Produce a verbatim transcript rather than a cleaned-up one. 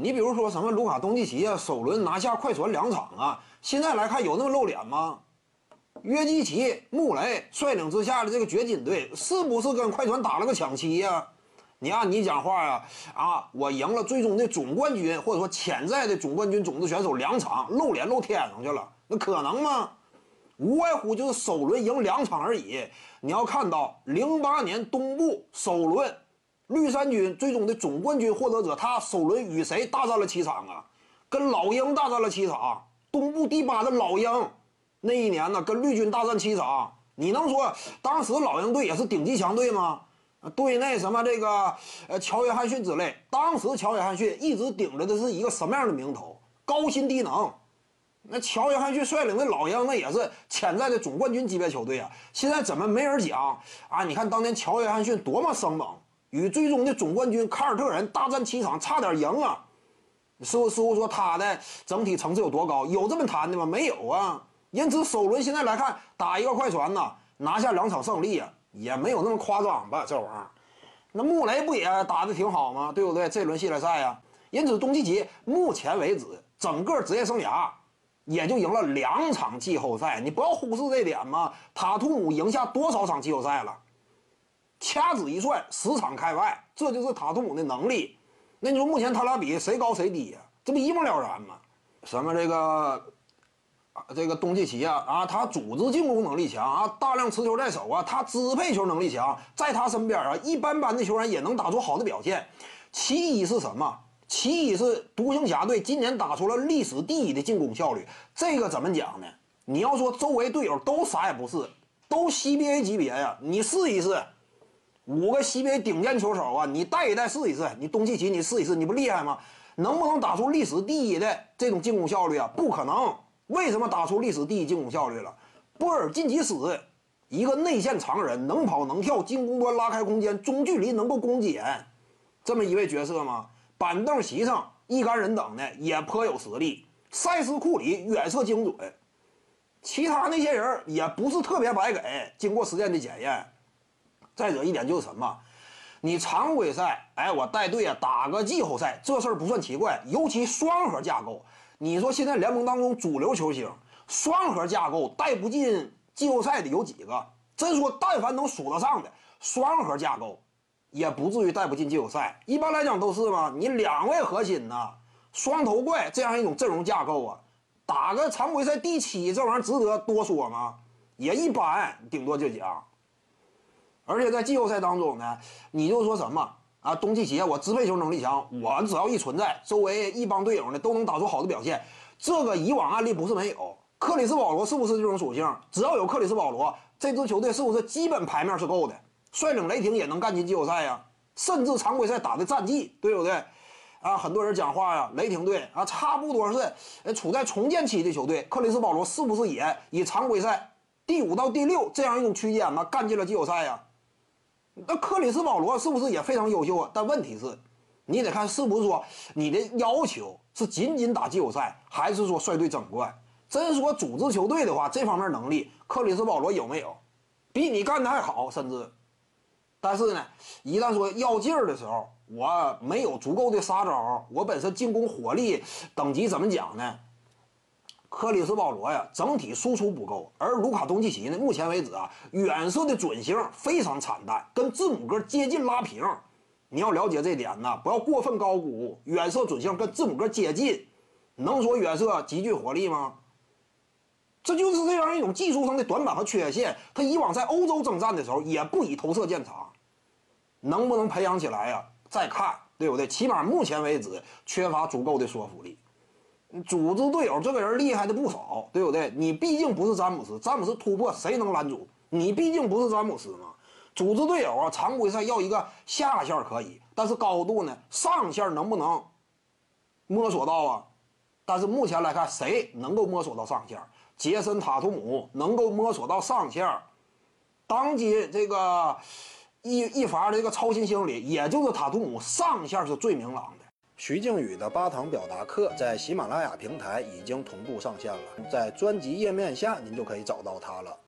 你比如说什么卢卡东契奇啊，首轮拿下快船两场啊，现在来看有那么露脸吗？约基奇、穆雷率领之下的这个掘金队，是不是跟快船打了个抢七呀、啊？你按你讲话呀、啊，啊，我赢了最终的总冠军，或者说潜在的总冠军种子选手两场，露脸露天上去了，那可能吗？无外乎就是首轮赢两场而已。你要看到零八年东部首轮，绿衫军最终的总冠军获得者，他首轮与谁大战了七场啊？跟老鹰大战了七场，东部第八的老鹰，那一年呢跟绿军大战七场，你能说当时老鹰队也是顶级强队吗？队内什么这个呃乔约翰逊之类，当时乔约翰逊一直顶着的是一个什么样的名头？高薪低能。那乔约翰逊率领的老鹰，那也是潜在的总冠军级别球队啊！现在怎么没人讲啊？你看当年乔约翰逊多么生猛，与最终的总冠军凯尔特人大战七场，差点赢啊！师傅师傅说他的整体层次有多高？有这么谈的吗？没有啊！因此首轮现在来看，打一个快船呢，拿下两场胜利啊，也没有那么夸张吧？这玩意儿，那穆雷不也打得挺好吗？对不对？这轮系列赛啊，因此东契奇目前为止整个职业生涯也就赢了两场季后赛，你不要忽视这点嘛。塔图姆赢下多少场季后赛了？掐指一算，十场开外，这就是塔图姆的能力。那你说目前他俩比谁高谁低呀、啊？这不一目了然吗？什么这个这个东契奇啊啊，他组织进攻能力强啊，大量持球在手啊，他支配球能力强，在他身边啊，一般般的球员也能打出好的表现。其一是什么？其一是独行侠队今年打出了历史第一的进攻效率，这个怎么讲呢？你要说周围队友都啥也不是，都 C B A 级别呀，你试一试，五个 C B A 顶尖球手啊，你带一带试一试，你东契奇你试一试，你不厉害吗？能不能打出历史第一的这种进攻效率啊？不可能。为什么打出历史第一进攻效率了？波尔津吉斯，一个内线常人，能跑能跳，进攻端拉开空间，中距离能够攻坚，这么一位角色吗？板凳席上一干人等呢也颇有实力，塞斯库里远射精准，其他那些人也不是特别白给，经过实践的检验。再者一点就是什么？你常规赛，哎，我带队啊打个季后赛，这事儿不算奇怪，尤其双核架构。你说现在联盟当中主流球星双核架构带不进季后赛的有几个？真说但凡能数得上的双核架构，也不至于带不进季后赛。一般来讲都是嘛，你两位核心呢，双头怪这样一种阵容架构啊，打个常规赛第七，这玩意儿值得多说吗？也一般，顶多就讲。而且在季后赛当中呢，你就说什么啊？东契奇我支配球能力强，我只要一存在，周围一帮队友呢都能打出好的表现。这个以往案例不是没有，克里斯保罗是不是这种属性？只要有克里斯保罗，这支球队是不是基本牌面是够的？率领雷霆也能干进季后赛呀，甚至常规赛打的战绩，对不对？啊，很多人讲话呀，雷霆队啊，差不多是处在重建期的球队，克里斯保罗是不是也以常规赛第五到第六这样一种区间嘛，干进了季后赛呀？那克里斯保罗是不是也非常优秀啊？但问题是，你得看是不是说你的要求是仅仅打季后赛，还是说率队争冠？真说组织球队的话，这方面能力，克里斯保罗有没有？比你干的还好，甚至。但是呢，一旦说要劲儿的时候，我没有足够的杀招，我本身进攻火力等级怎么讲呢？克里斯保罗呀，整体输出不够，而卢卡东契奇呢，目前为止啊，远射的准星非常惨淡，跟字母哥接近拉平。你要了解这点呢，不要过分高估远射准星跟字母哥接近，能说远射极具火力吗？这就是这样一种技术上的短板和缺陷。他以往在欧洲征战的时候，也不以投射见长，能不能培养起来呀、啊？再看，对不对？起码目前为止缺乏足够的说服力。组织队友这个人厉害的不少，对不对？你毕竟不是詹姆斯，詹姆斯突破谁能拦住？你毕竟不是詹姆斯嘛。组织队友啊，常规赛要一个下限可以，但是高度呢，上限能不能摸索到啊？但是目前来看，谁能够摸索到上限？杰森塔图姆能够摸索到上限，当今这个一一伐的这个超新星里，也就是塔图姆上限是最明朗的。 徐静宇的八堂表达课在喜马拉雅平台已经同步上线了，在专辑页面下您就可以找到它了。